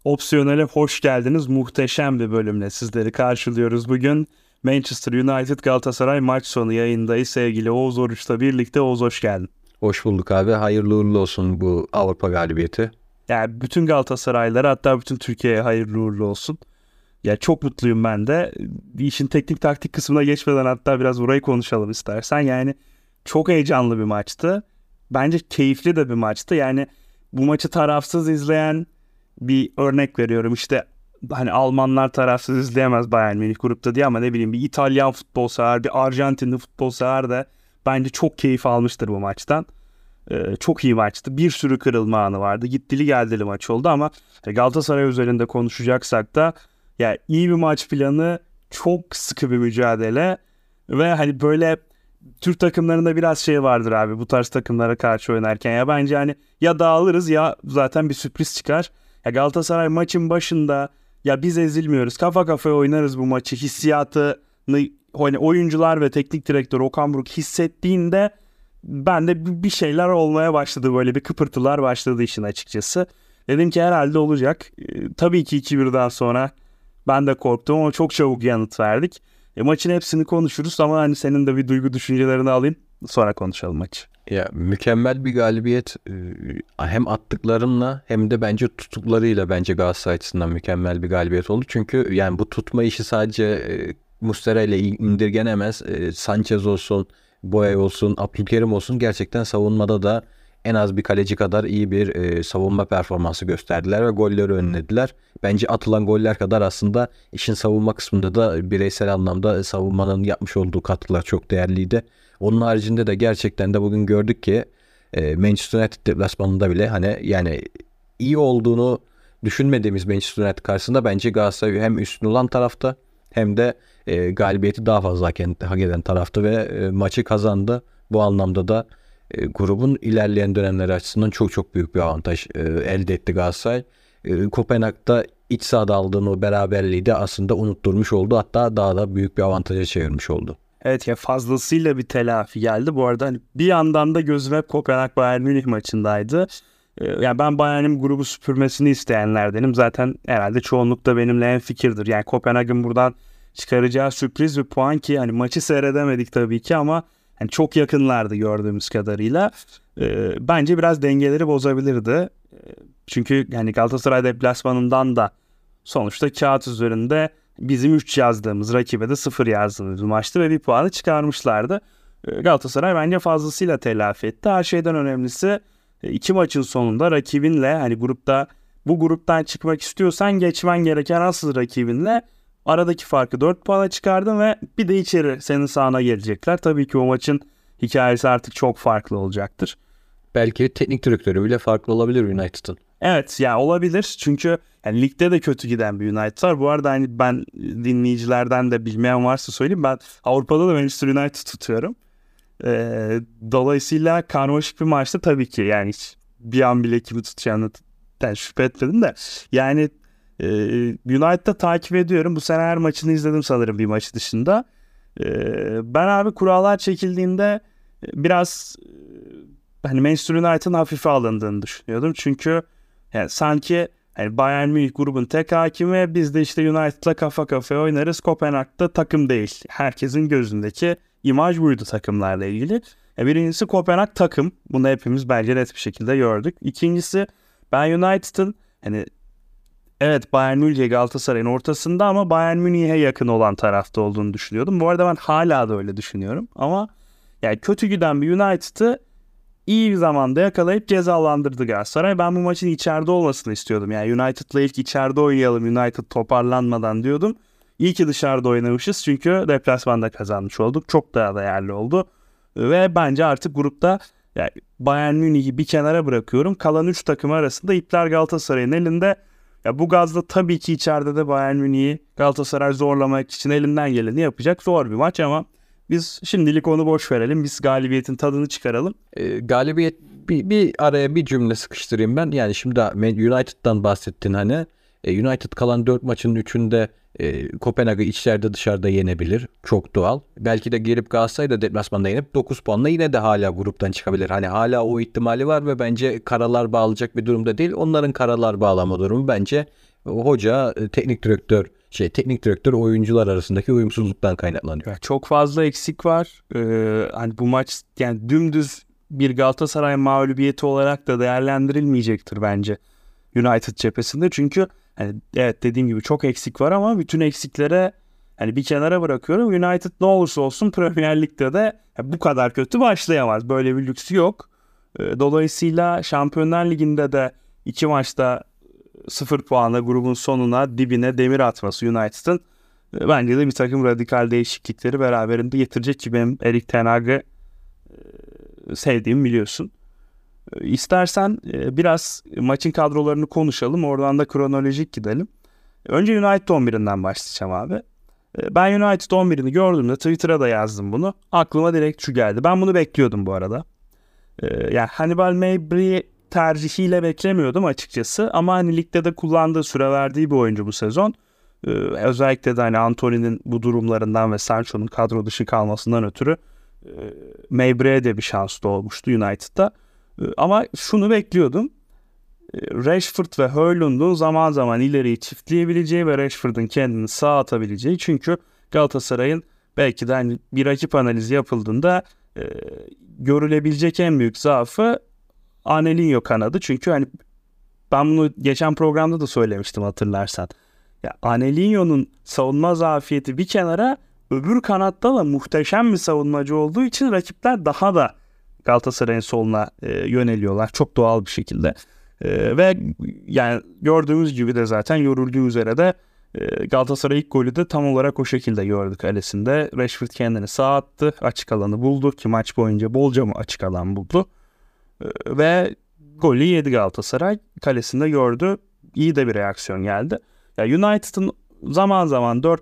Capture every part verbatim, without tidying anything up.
Opsiyonel'e hoş geldiniz. Muhteşem bir bölümle sizleri karşılıyoruz bugün. Manchester United Galatasaray maç sonu yayındayız. Sevgili Oğuz Oruç'la birlikte. Oğuz hoş geldin. Hoş bulduk abi. Hayırlı uğurlu olsun bu Avrupa galibiyeti. Yani bütün Galatasaraylılara, hatta bütün Türkiye'ye hayırlı uğurlu olsun. Ya çok mutluyum ben de. İşin teknik taktik kısmına geçmeden hatta biraz burayı konuşalım istersen. Yani çok heyecanlı bir maçtı. Bence keyifli de bir maçtı. Yani bu maçı tarafsız izleyen, bir örnek veriyorum, işte hani Almanlar tarafsız izleyemez Bayern Münih grupta diye, ama ne bileyim bir İtalyan futbol sever, bir Arjantinli futbol sever de bence çok keyif almıştır bu maçtan. Ee, çok iyi maçtı. Bir sürü kırılma anı vardı. Gittili geldili maç oldu ama Galatasaray üzerinde konuşacaksak da yani iyi bir maç planı, çok sıkı bir mücadele ve hani böyle Türk takımlarında biraz şey vardır abi, bu tarz takımlara karşı oynarken ya bence hani ya dağılırız ya zaten bir sürpriz çıkar. Ya Galatasaray maçın başında ya biz ezilmiyoruz, kafa kafaya oynarız bu maçı hissiyatını hani oyuncular ve teknik direktör Okan Buruk hissettiğinde ben de bir şeyler olmaya başladı, böyle bir kıpırtılar başladı işin açıkçası. Dedim ki herhalde olacak. Ee, tabii ki iki birden sonra ben de korktum ama çok çabuk yanıt verdik. E, maçın hepsini konuşuruz ama hani senin de bir duygu düşüncelerini alayım, sonra konuşalım maçı. Ya mükemmel bir galibiyet. Ee, Hem attıklarınla hem de bence tuttuklarıyla bence Galatasaray açısından mükemmel bir galibiyet oldu. Çünkü yani bu tutma işi sadece e, Muslera ile indirgenemez. E, Sanchez olsun, Boya olsun, Abdülkerim olsun gerçekten savunmada da en az bir kaleci kadar iyi bir e, savunma performansı gösterdiler ve golleri önlediler. Bence atılan goller kadar aslında işin savunma kısmında da bireysel anlamda savunmanın yapmış olduğu katkılar çok değerliydi. Onun haricinde de gerçekten de bugün gördük ki e, Manchester United deplasmanında bile hani yani iyi olduğunu düşünmediğimiz Manchester United karşısında bence Galatasaray hem üstün olan tarafta hem de e, galibiyeti daha fazla hak eden tarafta ve e, maçı kazandı. Bu anlamda da e, grubun ilerleyen dönemleri açısından çok çok büyük bir avantaj e, elde etti Galatasaray. E, Kopenhag'da iç sahada aldığın o beraberliği de aslında unutturmuş oldu. Hatta daha da büyük bir avantaja çevirmiş oldu. Evet ya, fazlasıyla bir telafi geldi. Bu arada hani bir yandan da gözüm hep Kopenhag Bayern Münih maçındaydı. Ee, yani ben Bayern'in grubu süpürmesini isteyenlerdenim. Zaten herhalde çoğunlukta benimle hemfikirdir. Yani Kopenhag'ın buradan çıkaracağı sürpriz bir puan ki hani maçı seyredemedik tabii ki ama hani çok yakınlardı gördüğümüz kadarıyla. Ee, bence biraz dengeleri bozabilirdi. Ee, çünkü yani Galatasaray deplasmanından da sonuçta kağıt üzerinde bizim üç yazdığımız, rakibe de sıfır yazdığımız bir maçtı ve bir puanı çıkarmışlardı. Galatasaray bence fazlasıyla telafi etti. Her şeyden önemlisi iki maçın sonunda rakibinle, hani grupta bu gruptan çıkmak istiyorsan geçmen gereken asıl rakibinle aradaki farkı dört puana çıkardın ve bir de içeri senin sahana gelecekler. Tabii ki o maçın hikayesi artık çok farklı olacaktır. Belki teknik direktörü bile farklı olabilir United'ın. Evet ya, olabilir çünkü yani ligde de kötü giden bir United var. Bu arada hani ben, dinleyicilerden de bilmeyen varsa söyleyeyim, ben Avrupa'da da Manchester United tutuyorum. Ee, dolayısıyla karmaşık bir maçta tabii ki yani hiç bir an bile kimi tutacağını ben şüphe etmedim de yani e, United'da takip ediyorum. Bu sene her maçını izledim sanırım bir maçı dışında. Ee, ben abi kurallar çekildiğinde biraz e, hani Manchester United'ın hafife alındığını düşünüyordum. Çünkü yani sanki yani Bayern Münih grubun tek hakimi, biz de işte United'la kafa kafaya oynarız. Kopenhag'da takım değil. Herkesin gözündeki imaj buydu takımlarla ilgili. E birincisi Kopenhag takım. Bunu hepimiz bence net bir şekilde gördük. İkincisi ben United'ın hani evet Bayern Münih Galatasaray'ın ortasında ama Bayern Münih'e yakın olan tarafta olduğunu düşünüyordum. Bu arada ben hala da öyle düşünüyorum. Ama yani kötü giden bir United'ı iyi bir zamanda yakalayıp cezalandırdı Galatasaray. Ben bu maçın içeride olmasını istiyordum. Yani United'la ilk içeride oynayalım, United toparlanmadan diyordum. İyi ki dışarıda oynamışız çünkü deplasmanda kazanmış olduk. Çok daha değerli oldu. Ve bence artık grupta yani Bayern Münih'i bir kenara bırakıyorum. Kalan üç takım arasında ipler Galatasaray'ın elinde. Ya bu gazla tabii ki içeride de Bayern Münih'i Galatasaray zorlamak için elinden geleni yapacak. Zor bir maç ama biz şimdilik onu boş verelim. Biz galibiyetin tadını çıkaralım. E, galibiyet bir, bir araya bir cümle sıkıştırayım ben. Yani şimdi United'dan bahsettin hani. E, United kalan dört maçın üçünde e, Kopenhag'ı içeride dışarıda yenebilir. Çok doğal. Belki de gelip Galatasaray'ı da deplasmanda yenip dokuz puanla yine de hala gruptan çıkabilir. Hani hala o ihtimali var ve bence karalar bağlayacak bir durumda değil. Onların karalar bağlama durumu bence hoca, teknik direktör, şey teknik direktör oyuncular arasındaki uyumsuzluktan kaynaklanıyor. Çok fazla eksik var. Ee, hani bu maç yani dümdüz bir Galatasaray mağlubiyeti olarak da değerlendirilmeyecektir bence United cephesinde. Çünkü hani evet dediğim gibi çok eksik var ama bütün eksiklere hani bir kenara bırakıyorum. United ne olursa olsun Premier Lig'de de bu kadar kötü başlayamaz. Böyle bir lüksü yok. Dolayısıyla Şampiyonlar Ligi'nde de iki maçta sıfır puanla grubun sonuna dibine demir atması United'ın bence de bir takım radikal değişiklikleri beraberinde getirecek ki benim Erik ten Hag'ı sevdiğimi biliyorsun. İstersen biraz maçın kadrolarını konuşalım. Oradan da kronolojik gidelim. Önce United on birinden başlayacağım abi. Ben United on birini gördüğümde Twitter'a da yazdım bunu. Aklıma direkt şu geldi. Ben bunu bekliyordum bu arada. Yani Hannibal Mejbri tercihiyle beklemiyordum açıkçası. Ama hani ligde de kullandığı, süre verdiği bir oyuncu bu sezon. Özellikle de hani Antony'nin bu durumlarından ve Sancho'nun kadro dışı kalmasından ötürü Mejbri'ye de bir şans doğmuştu United'da. Ama şunu bekliyordum. Rashford ve Højlund'un zaman zaman ileriyi çiftleyebileceği ve Rashford'un kendini sağa atabileceği. Çünkü Galatasaray'ın belki de hani bir rakip analizi yapıldığında e, görülebilecek en büyük zaafı Anelino kanadı. Çünkü hani ben bunu geçen programda da söylemiştim hatırlarsan. Ya Anelino'nun savunma zafiyeti bir kenara, öbür kanatta da muhteşem bir savunmacı olduğu için rakipler daha da Galatasaray'ın soluna e, yöneliyorlar çok doğal bir şekilde. E, ve yani gördüğümüz gibi de zaten yorulduğu üzere de e, Galatasaray ilk golü de tam olarak o şekilde gördük kalesinde. Rashford kendini sağa attı, açık alanı buldu ki maç boyunca bolca mı açık alan buldu. E, ve golü yedi Galatasaray, kalesinde gördü. İyi de bir reaksiyon geldi. Ya United'ın zaman zaman dört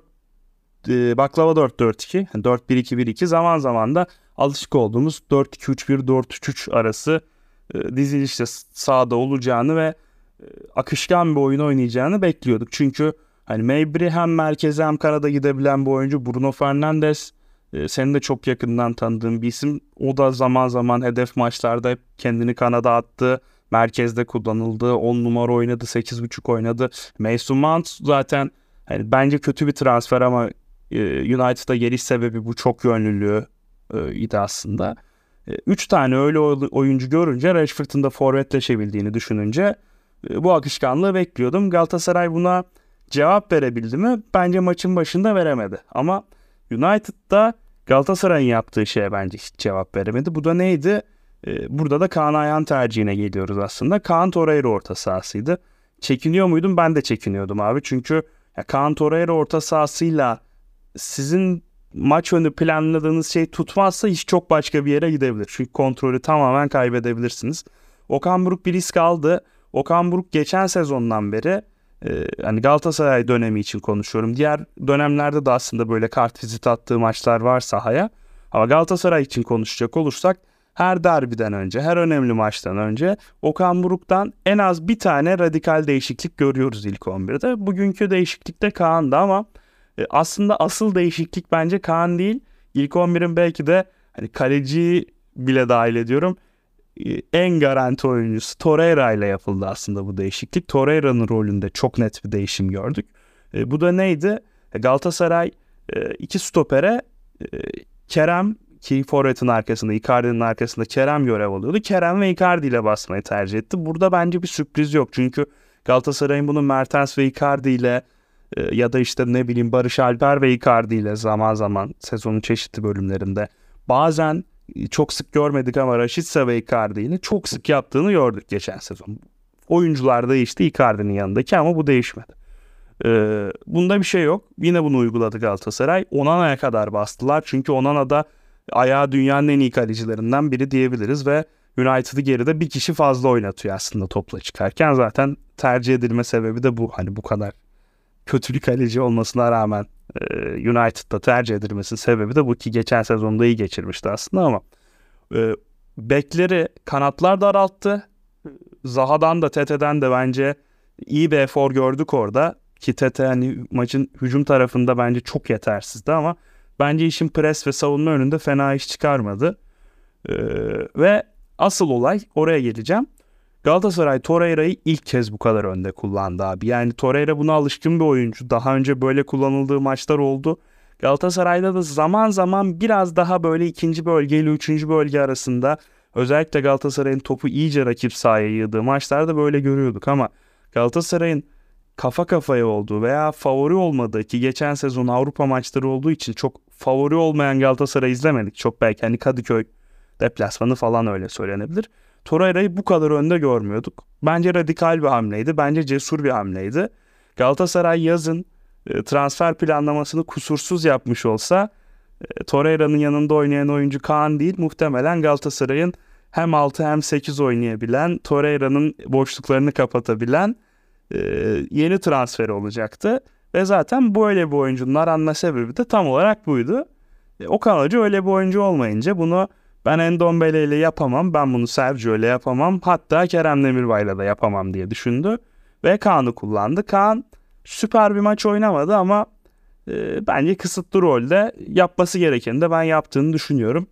e, baklava dört dört iki, dört bir iki bir iki, zaman zaman da alışık olduğumuz dört iki üç bir, dört üç üç arası e, dizilişte sahada olacağını ve e, akışkan bir oyun oynayacağını bekliyorduk. Çünkü hani Mejbri hem merkeze hem kanada gidebilen bir oyuncu. Bruno Fernandes e, senin de çok yakından tanıdığın bir isim. O da zaman zaman hedef maçlarda hep kendini kanada attı. Merkezde kullanıldı. on numara oynadı. sekiz buçuk oynadı. Mason Mount zaten hani bence kötü bir transfer ama e, United'a geliş sebebi bu çok yönlülüğü e, idi aslında. E, üç tane öyle oyuncu görünce, Rashford'un da forvetleşebildiğini düşününce e, bu akışkanlığı bekliyordum. Galatasaray buna cevap verebildi mi? Bence maçın başında veremedi. Ama United'da Galatasaray'ın yaptığı şeye bence hiç cevap veremedi. Bu da neydi? Burada da Kaan Ayhan tercihine geliyoruz aslında. Kaan Torreira orta sahasıydı. Çekiniyor muydum? Ben de çekiniyordum abi. Çünkü ya Kaan Torreira orta sahasıyla sizin maç önü planladığınız şey tutmazsa iş çok başka bir yere gidebilir. Çünkü kontrolü tamamen kaybedebilirsiniz. Okan Buruk bir risk aldı. Okan Buruk geçen sezondan beri e, hani Galatasaray dönemi için konuşuyorum. Diğer dönemlerde de aslında böyle kart vizit attığı maçlar var sahaya. Ama Galatasaray için konuşacak olursak her derbiden önce, her önemli maçtan önce Okan Buruk'tan en az bir tane radikal değişiklik görüyoruz ilk on birde. Bugünkü değişiklik de Kaan'dı ama e, aslında asıl değişiklik bence Kaan değil. İlk on birin belki de hani kaleciyi bile dahil ediyorum, e, en garanti oyuncusu Torreira ile yapıldı aslında bu değişiklik. Torreira'nın rolünde çok net bir değişim gördük. E, bu da neydi? E, Galatasaray e, iki stopere e, Kerem, ki forvetin arkasında, Icardi'nin arkasında Kerem görev alıyordu. Kerem ve Icardi ile basmayı tercih etti. Burada bence bir sürpriz yok. Çünkü Galatasaray'ın bunu Mertens ve Icardi ile e, ya da işte ne bileyim Barış Alper ve Icardi ile zaman zaman sezonun çeşitli bölümlerinde, bazen çok sık görmedik ama Rashica ve Icardi ile çok sık yaptığını gördük geçen sezon. Oyuncular değişti Icardi'nin yanındaki ama bu değişmedi. Ee, bunda bir şey yok. Yine bunu uyguladı Galatasaray. Onana'ya kadar bastılar. Çünkü Onana da ayağı dünyanın en iyi kalecilerinden biri diyebiliriz ve United'ı geride bir kişi fazla oynatıyor aslında topla çıkarken. Zaten tercih edilme sebebi de bu. Hani bu kadar kötü bir kaleci olmasına rağmen e, United'da tercih edilmesinin sebebi de bu, ki geçen sezonda iyi geçirmişti aslında ama e, bekleri, kanatlar daralttı. Zaha'dan da Tete'den de bence iyi bir efor gördük orada. Ki Tete hani maçın hücum tarafında bence çok yetersizdi ama bence işin pres ve savunma önünde fena iş çıkarmadı. Ee, ve asıl olay, oraya geleceğim. Galatasaray Torreira'yı ilk kez bu kadar önde kullandı abi. Yani Torreira buna alışkın bir oyuncu. Daha önce böyle kullanıldığı maçlar oldu. Galatasaray'da da zaman zaman biraz daha böyle ikinci bölge ile üçüncü bölge arasında, özellikle Galatasaray'ın topu iyice rakip sahaya yığdığı maçlarda böyle görüyorduk ama Galatasaray'ın kafa kafaya olduğu veya favori olmadığı, ki geçen sezon Avrupa maçları olduğu için çok favori olmayan Galatasaray izlemedik. Çok belki hani Kadıköy deplasmanı falan öyle söylenebilir. Torreira'yı bu kadar önde görmüyorduk. Bence radikal bir hamleydi. Bence cesur bir hamleydi. Galatasaray yazın e, transfer planlamasını kusursuz yapmış olsa e, Torreira'nın yanında oynayan oyuncu Kaan değil, muhtemelen Galatasaray'ın hem altı hem sekiz oynayabilen, Torreira'nın boşluklarını kapatabilen e, yeni transferi olacaktı. Ve zaten böyle bir oyuncunun aranma sebebi de tam olarak buydu. E, Okan Hoca öyle bir oyuncu olmayınca bunu ben Endombele ile yapamam, ben bunu Sergio ile yapamam, hatta Kerem Demirbay'la da yapamam diye düşündü. Ve Kaan'ı kullandı. Kaan süper bir maç oynamadı ama e, bence kısıtlı rolde yapması gerekeni de ben yaptığını düşünüyorum.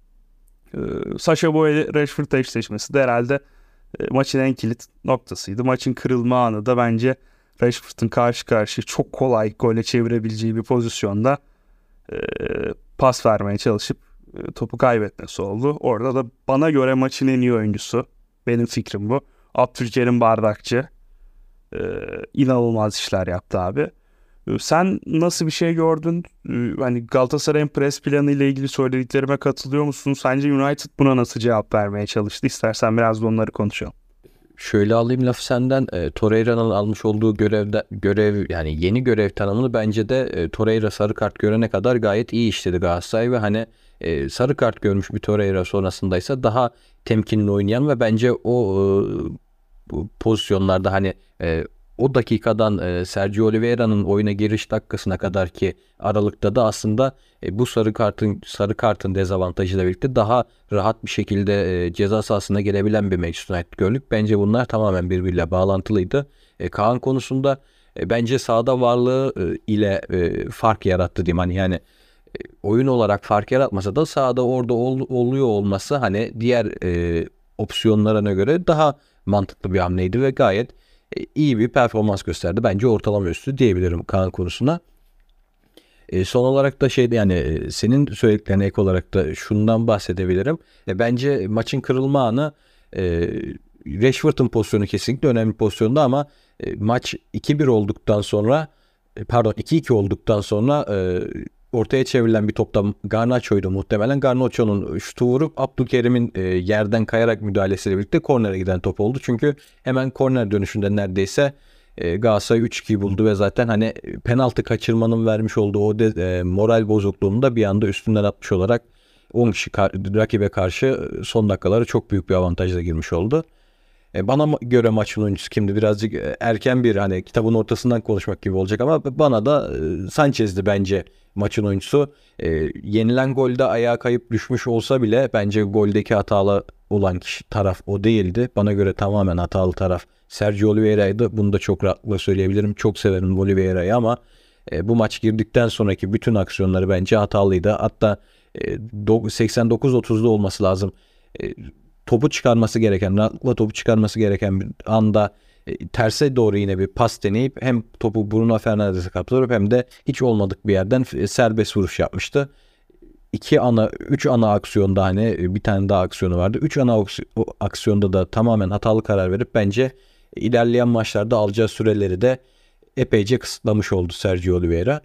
E, Sacha Boey Rashford eşleşmesi de herhalde e, maçın en kilit noktasıydı. Maçın kırılma anı da bence Rashford'un karşı karşıya çok kolay gole çevirebileceği bir pozisyonda e, pas vermeye çalışıp topu kaybetmesi oldu. Orada da bana göre maçın en iyi oyuncusu, benim fikrim bu, Abdülkerim Bardakçı ee, inanılmaz işler yaptı abi. Ee, sen nasıl bir şey gördün? Ee, hani Galatasaray'ın pres planı ile ilgili söylediklerime katılıyor musun? Sence United buna nasıl cevap vermeye çalıştı? İstersen biraz da onları konuşalım. Şöyle alayım lafı senden. E, Torreira'nın almış olduğu görevde görev yani yeni görev tanımını bence de e, Torreira sarı kart görene kadar gayet iyi işledi Galatasaray ve hani e, sarı kart görmüş bir Torreira sonrasındaysa daha temkinli oynayan ve bence o e, bu pozisyonlarda hani e, o dakikadan e, Sergio Oliveira'nın oyuna giriş dakikasına kadar ki aralıkta da aslında e, bu sarı kartın sarı kartın dezavantajıyla birlikte daha rahat bir şekilde e, ceza sahasına gelebilen bir Manchester United gördük. Bence bunlar tamamen birbiriyle bağlantılıydı. E, Kaan konusunda e, bence sahada varlığı e, ile e, fark yarattı diyeyim. Hani yani e, oyun olarak fark yaratmasa da sahada orada ol, oluyor olması hani diğer e, opsiyonlarına göre daha mantıklı bir hamleydi ve gayet e, iyi bir performans gösterdi. Bence ortalama üstü diyebilirim Kaan konusuna. E, son olarak da şeyde yani e, senin söylediklerine ek olarak da şundan bahsedebilirim. E, bence maçın kırılma anı e, Rashford'un pozisyonu kesinlikle önemli bir pozisyonda ama e, maç iki bir olduktan sonra e, pardon iki iki olduktan sonra e, ortaya çevrilen bir topta Garnacho'ydu muhtemelen. Garnacho'nun şutu vurup Abdülkerim'in e, yerden kayarak müdahalesiyle birlikte kornere giden top oldu. Çünkü hemen korner dönüşünde neredeyse e, Galatasaray üç ikiyi buldu ve zaten hani penaltı kaçırmanın vermiş olduğu o de, e, moral bozukluğunu da bir anda üstünden atmış olarak on kişi kar- rakibe karşı son dakikaları çok büyük bir avantajla girmiş oldu. E, bana göre maçın oyuncusu kimdi? Birazcık erken bir hani kitabın ortasından konuşmak gibi olacak ama bana da e, Sanchez'di bence maçın oyuncusu. E, yenilen golde ayağa kayıp düşmüş olsa bile bence goldeki hatalı olan kişi taraf o değildi. Bana göre tamamen hatalı taraf Sergio Oliveira'ydı. Bunu da çok rahatlıkla söyleyebilirim. Çok severim Oliveira'yı ama e, bu maç girdikten sonraki bütün aksiyonları bence hatalıydı. Hatta e, seksen dokuz otuzda olması lazım. E, topu çıkarması gereken, rahatlıkla topu çıkarması gereken bir anda e, terse doğru yine bir pas deneyip hem topu Bruno Fernandes'e kaptırıp hem de hiç olmadık bir yerden e, serbest vuruş yapmıştı. İki ana, üç ana aksiyonda hani bir tane daha aksiyonu vardı. Üç ana aksiyonda da tamamen hatalı karar verip bence ilerleyen maçlarda alacağı süreleri de epeyce kısıtlamış oldu Sergio Oliveira.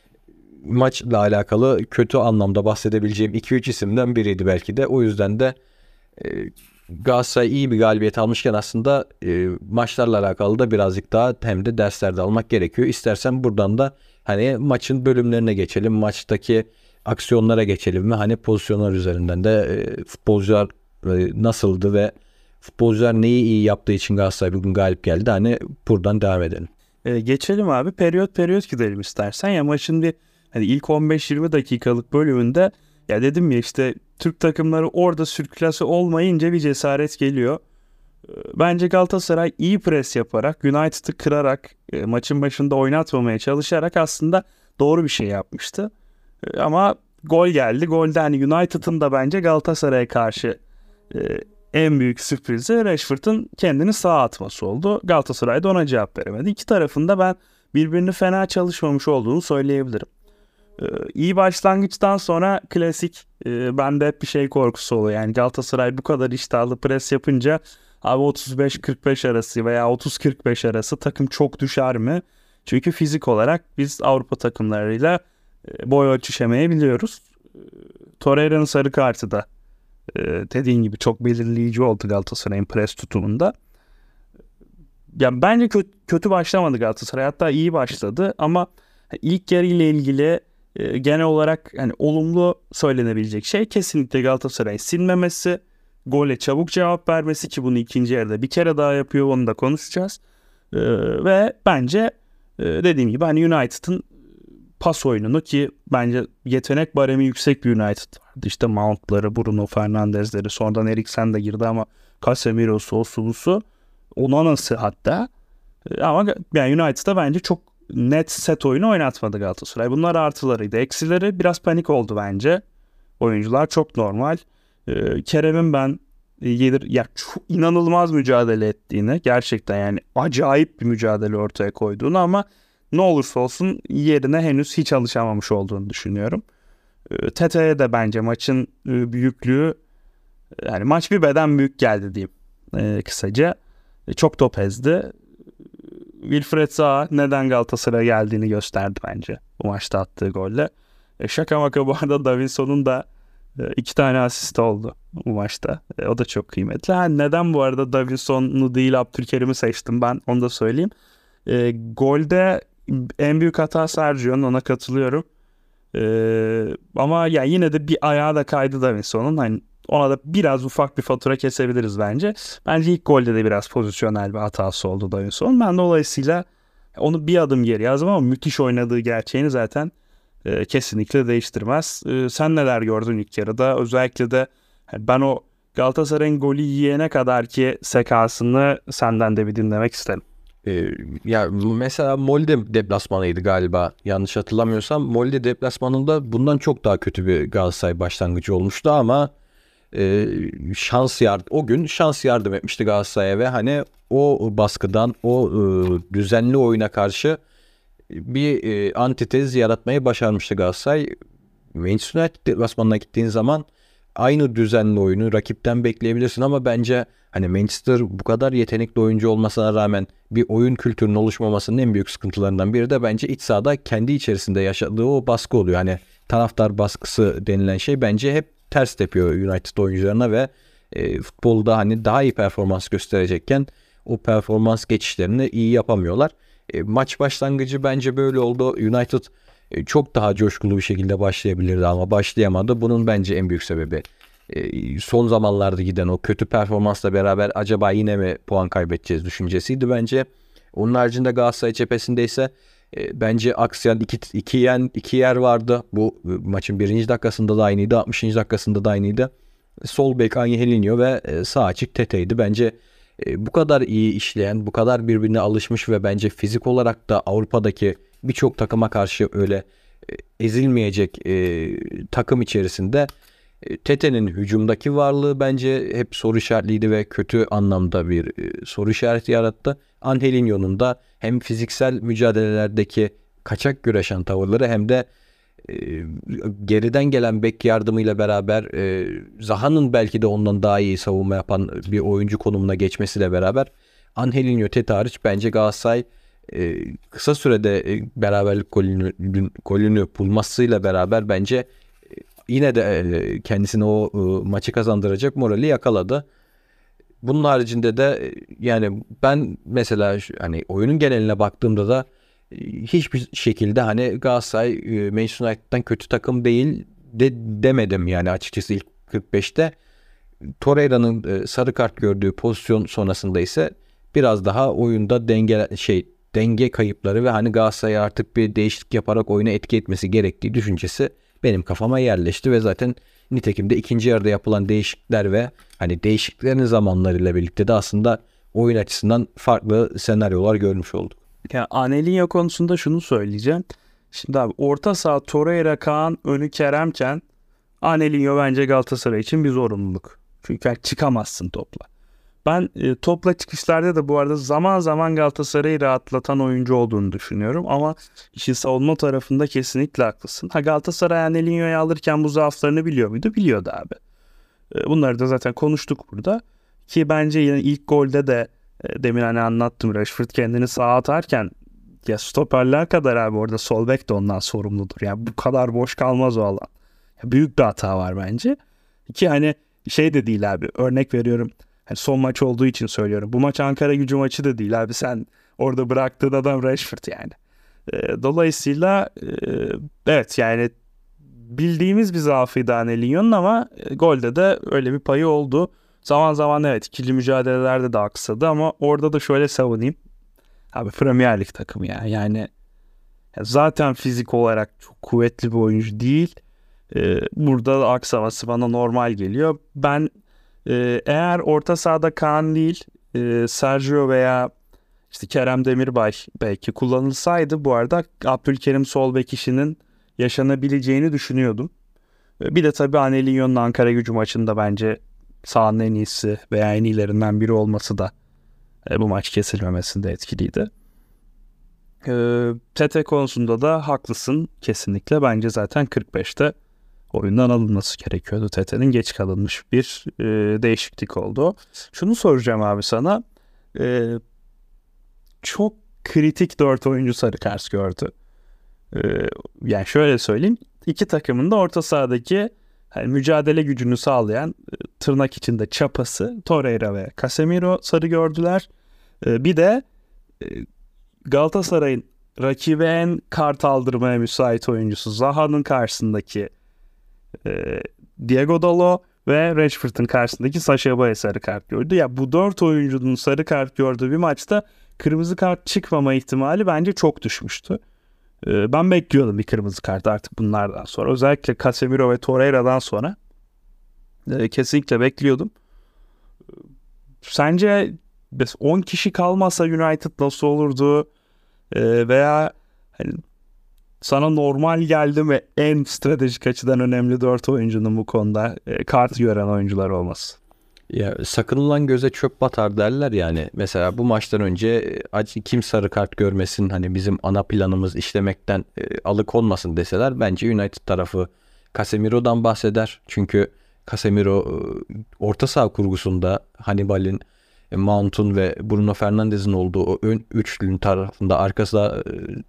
Maçla alakalı kötü anlamda bahsedebileceğim iki üç isimden biriydi belki de. O yüzden de e, Galatasaray iyi bir galibiyet almışken aslında e, maçlarla alakalı da birazcık daha hem de dersler de almak gerekiyor. İstersen buradan da hani maçın bölümlerine geçelim. Maçtaki aksiyonlara geçelim ve hani pozisyonlar üzerinden de e, futbolcular e, nasıldı ve futbolcular neyi iyi yaptığı için Galatasaray bugün galip geldi. Hani buradan devam edelim. Ee, geçelim abi. Periyot periyot gidelim istersen. Ya maçın bir hani ilk on beş yirmi dakikalık bölümünde ya dedim ya işte Türk takımları orada sürklase olmayınca bir cesaret geliyor. Ee, bence Galatasaray iyi pres yaparak, United'ı kırarak, e, maçın başında oynatmamaya çalışarak aslında doğru bir şey yapmıştı. E, ama gol geldi. Golde hani United'ın da bence Galatasaray'a karşı e, en büyük sürprizi Rashford'un kendini sağa atması oldu. Galatasaray da ona cevap veremedi. İki tarafında ben birbirini fena çalışmamış olduğunu söyleyebilirim. Ee, iyi başlangıçtan sonra klasik e, bende hep bir şey korkusu oluyor. Yani Galatasaray bu kadar iştahlı pres yapınca abi otuz beş kırk beş arası veya otuz kırk beş arası takım çok düşer mi? Çünkü fizik olarak biz Avrupa takımlarıyla e, boy ölçüşemeyebiliyoruz. E, Torreira'nın sarı kartı da e, dediğin gibi çok belirleyici oldu Galatasaray'ın pres tutumunda. Yani bence kötü, kötü başlamadı Galatasaray. Hatta iyi başladı ama ilk yarı ile ilgili e, genel olarak hani olumlu söylenebilecek şey kesinlikle Galatasaray'ın sinmemesi, gole çabuk cevap vermesi ki bunu ikinci yarıda bir kere daha yapıyor, onu da konuşacağız. E, ve bence e, dediğim gibi hani United'ın pas oyununu ki bence yetenek baremi yüksek bir United vardı. İşte Mount'ları, Bruno Fernandes'leri, sonradan Eriksen de girdi ama Casemiro'su, Osulu'su, Onana'sı hatta. Ama yani United'a bence çok net set oyunu oynatmadı Galatasaray. Bunlar artılarıydı. Eksileri biraz panik oldu bence. Oyuncular çok normal. Ee, Kerem'in ben gelir ya çok inanılmaz mücadele ettiğini, gerçekten yani acayip bir mücadele ortaya koyduğunu ama ne olursa olsun yerine henüz hiç alışamamış olduğunu düşünüyorum. Ee, Tete'ye de bence maçın e, büyüklüğü, yani maç bir beden büyük geldi diyeyim e, kısaca. E, çok top ezdi. Wilfried Zaha neden Galatasaray'a geldiğini gösterdi bence bu maçta attığı golle. E, şaka maka bu arada Davinson'un da e, iki tane asist oldu bu maçta. E, o da çok kıymetli. Ha, neden bu arada Davinson'u değil Abdülkerim'i seçtim ben, onu da söyleyeyim. E, golde en büyük hata Sergio'nun, ona katılıyorum. E, ama ya yine de bir ayağı da kaydı Davinson'un. Hani ona da biraz ufak bir fatura kesebiliriz bence. Bence ilk golde de biraz pozisyonel bir hatası oldu Davinson. Ben dolayısıyla onu bir adım geri yazdım ama müthiş oynadığı gerçeğini zaten e, kesinlikle değiştirmez. E, sen neler gördün ilk yarıda? Özellikle de ben o Galatasaray'ın golü yiyene kadar ki sekansını senden de bir dinlemek isterim. Ee, ya mesela Molde deplasmanıydı galiba, yanlış hatırlamıyorsam. Molde deplasmanında bundan çok daha kötü bir Galatasaray başlangıcı olmuştu ama e, şans yardım o gün şans yardım etmişti Galatasaray'a ve hani o baskıdan, o e, düzenli oyuna karşı bir e, antitez yaratmayı başarmıştı Galatasaray. Manchester United deplasmanına gittiğin zaman aynı düzenli oyunu rakipten bekleyebilirsin ama bence hani Manchester bu kadar yetenekli oyuncu olmasına rağmen bir oyun kültürünün oluşmamasının en büyük sıkıntılarından biri de bence iç sahada kendi içerisinde yaşadığı o baskı oluyor. Hani taraftar baskısı denilen şey bence hep ters tepiyor United oyuncularına ve e, futbolda hani daha iyi performans gösterecekken o performans geçişlerini iyi yapamıyorlar. E, maç başlangıcı bence böyle oldu. United e, çok daha coşkulu bir şekilde başlayabilirdi ama başlayamadı. Bunun bence en büyük sebebi e, son zamanlarda giden o kötü performansla beraber acaba yine mi puan kaybedeceğiz düşüncesiydi bence. Onun haricinde Galatasaray cephesinde ise e, bence aksayan iki, iki, yen, iki yer vardı. Bu maçın birinci dakikasında da aynıydı, altmışıncı dakikasında da aynıydı. Sol bek Angelinho ve e, sağ açık Tete'ydi. Bence e, bu kadar iyi işleyen, bu kadar birbirine alışmış ve bence fizik olarak da Avrupa'daki birçok takıma karşı öyle e, ezilmeyecek e, takım içerisinde e, Tete'nin hücumdaki varlığı bence hep soru işaretliydi ve kötü anlamda bir e, soru işareti yarattı. Angelinho'nun da hem fiziksel mücadelelerdeki kaçak güreşen tavırları hem de e, geriden gelen bek yardımıyla beraber e, Zaha'nın belki de ondan daha iyi savunma yapan bir oyuncu konumuna geçmesiyle beraber Angelinho, Tete hariç bence Galatasaray e, kısa sürede e, beraberlik golünü, golünü bulmasıyla beraber bence e, yine de e, kendisine o e, maçı kazandıracak morali yakaladı. Bunun haricinde de e, yani ben mesela şu, hani oyunun geneline baktığımda da e, hiçbir şekilde hani Galatasaray e, Manchester United'dan kötü takım değil de demedim yani açıkçası ilk kırk beşte. Torreira'nın e, sarı kart gördüğü pozisyon sonrasında ise biraz daha oyunda denge şey denge kayıpları ve hani Galatasaray'a artık bir değişiklik yaparak oyuna etki etmesi gerektiği düşüncesi benim kafama yerleşti ve zaten nitekim de ikinci yarıda yapılan değişiklikler ve hani değişikliklerin zamanlarıyla birlikte de aslında oyun açısından farklı senaryolar görmüş olduk. Yani Angelinho konusunda şunu söyleyeceğim. Şimdi abi orta saha Torreira, Kaan, önü Keremken Angelinho bence Galatasaray için bir zorunluluk. Çünkü yani çıkamazsın topla. Ben e, topla çıkışlarda da bu arada zaman zaman Galatasaray'ı rahatlatan oyuncu olduğunu düşünüyorum. Ama işin savunma tarafında kesinlikle haklısın. Ha, Galatasaray Angelinho'yu alırken bu zaaflarını biliyor muydu? Biliyordu abi. E, bunları da zaten konuştuk burada. Ki bence yine ilk golde de e, demin hani anlattım. Rashford kendini sağa atarken ya stoperler kadar abi orada sol bek de ondan sorumludur. Yani bu kadar boş kalmaz o alan. Ya büyük bir hata var bence. Ki hani şey de değil abi. Örnek veriyorum. Hani son maç olduğu için söylüyorum. Bu maç Ankaragücü maçı da değil abi. Sen orada bıraktığın adam Rashford yani. E, dolayısıyla e, evet yani bildiğimiz bir zaafıydı Angelinho'nun ama e, golde de öyle bir payı oldu. Zaman zaman evet ikili mücadelelerde de aksadı ama orada da şöyle savunayım. Abi Premier Lig takımı ya. Yani ya zaten fizik olarak çok kuvvetli bir oyuncu değil. Ee, burada da aksaması bana normal geliyor. Ben e, eğer orta sahada Kaan değil e, Sergio veya işte Kerem Demirbay belki kullanılsaydı bu arada Abdülkerim sol bek işinin yaşanabileceğini düşünüyordum. E, bir de tabii Angelinho'nun Ankaragücü maçında bence sahanın en iyisi veya en iyilerinden biri olması da e, bu maç kesilmemesinde etkiliydi. E, Tete konusunda da haklısın kesinlikle. Bence zaten kırk beşte oyundan alınması gerekiyordu. Tete'nin geç kalınmış bir e, değişiklik oldu. Şunu soracağım abi sana. E, çok kritik dört oyuncu sarı kart gördü. E, yani şöyle söyleyeyim. İki takımın da orta sahadaki yani mücadele gücünü sağlayan e, tırnak içinde çapası Torreira ve Casemiro sarı gördüler. E, bir de e, Galatasaray'ın rakibe en kart aldırmaya müsait oyuncusu Zaha'nın karşısındaki e, Diego Dalo ve Rashford'un karşısındaki Sacha Boey sarı kart gördü. Ya bu dört oyuncunun sarı kart gördüğü bir maçta kırmızı kart çıkmama ihtimali bence çok düşmüştü. E, ben bekliyordum bir kırmızı kart artık bunlardan sonra. Özellikle Casemiro ve Torreira'dan sonra e, kesinlikle bekliyordum. Sence on kişi kalmasa United nasıl olurdu? E, veya hani sana normal geldi mi en stratejik açıdan önemli dört oyuncunun bu konuda e, kart gören oyuncular olması? Ya sakınılan göze çöp batar derler yani. Mesela bu maçtan önce acı kim sarı kart görmesin hani bizim ana planımız işlemekten e, alıkonmasın deseler bence United tarafı Casemiro'dan bahseder. Çünkü Casemiro e, orta saha kurgusunda Hannibal'in, e, Mount'un ve Bruno Fernandes'in olduğu o ön üçlünün tarafında arkasında e,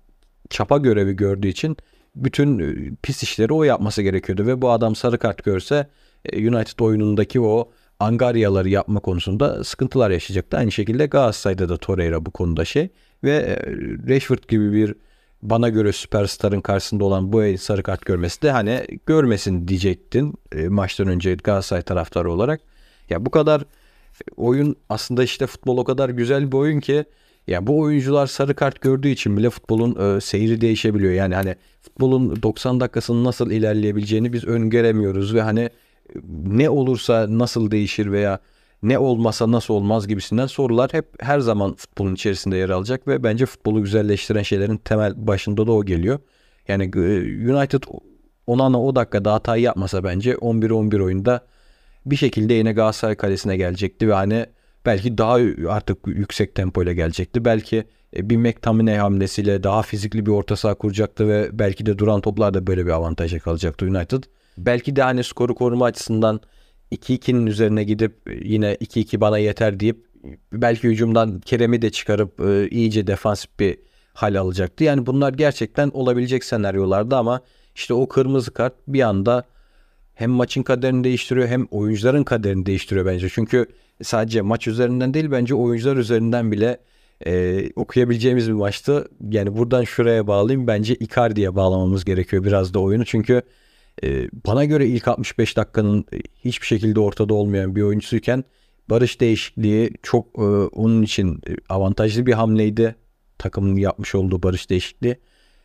çapa görevi gördüğü için bütün e, pis işleri o yapması gerekiyordu ve bu adam sarı kart görse e, United oyunundaki o angaryaları yapma konusunda sıkıntılar yaşayacaktı. Aynı şekilde Galatasaray'da da Torreira bu konuda şey ve Rashford gibi bir bana göre süperstarın karşısında olan bu sarı kart görmesi de hani görmesin diyecektin e, maçtan önce Galatasaray taraftarı olarak. Ya bu kadar oyun aslında işte futbol o kadar güzel bir oyun ki ya bu oyuncular sarı kart gördüğü için bile futbolun e, seyri değişebiliyor. Yani hani futbolun doksan dakikasının nasıl ilerleyebileceğini biz öngöremiyoruz ve hani ne olursa nasıl değişir veya ne olmasa nasıl olmaz gibisinden sorular hep her zaman futbolun içerisinde yer alacak ve bence futbolu güzelleştiren şeylerin temel başında da o geliyor. Yani United on ana o dakikada hatayı yapmasa bence on bir on bir oyunda bir şekilde yine Galatasaray kalesine gelecekti ve hani belki daha artık yüksek tempoyla gelecekti. Belki bir McTominay hamlesiyle daha fizikli bir orta saha kuracaktı ve belki de duran toplarda böyle bir avantaja kalacaktı United. Belki de hani skoru koruma açısından iki ikinin üzerine gidip yine iki iki bana yeter deyip belki hücumdan Kerem'i de çıkarıp e, iyice defansif bir hal alacaktı. Yani bunlar gerçekten olabilecek senaryolardı ama işte o kırmızı kart bir anda hem maçın kaderini değiştiriyor hem oyuncuların kaderini değiştiriyor bence. Çünkü sadece maç üzerinden değil bence oyuncular üzerinden bile e, okuyabileceğimiz bir maçtı. Yani buradan şuraya bağlayayım. Bence Icardi'ye bağlamamız gerekiyor biraz da oyunu. Çünkü e, bana göre ilk altmış beş dakikanın hiçbir şekilde ortada olmayan bir oyuncusuyken barış değişikliği çok e, onun için avantajlı bir hamleydi. Takımın yapmış olduğu barış değişikliği.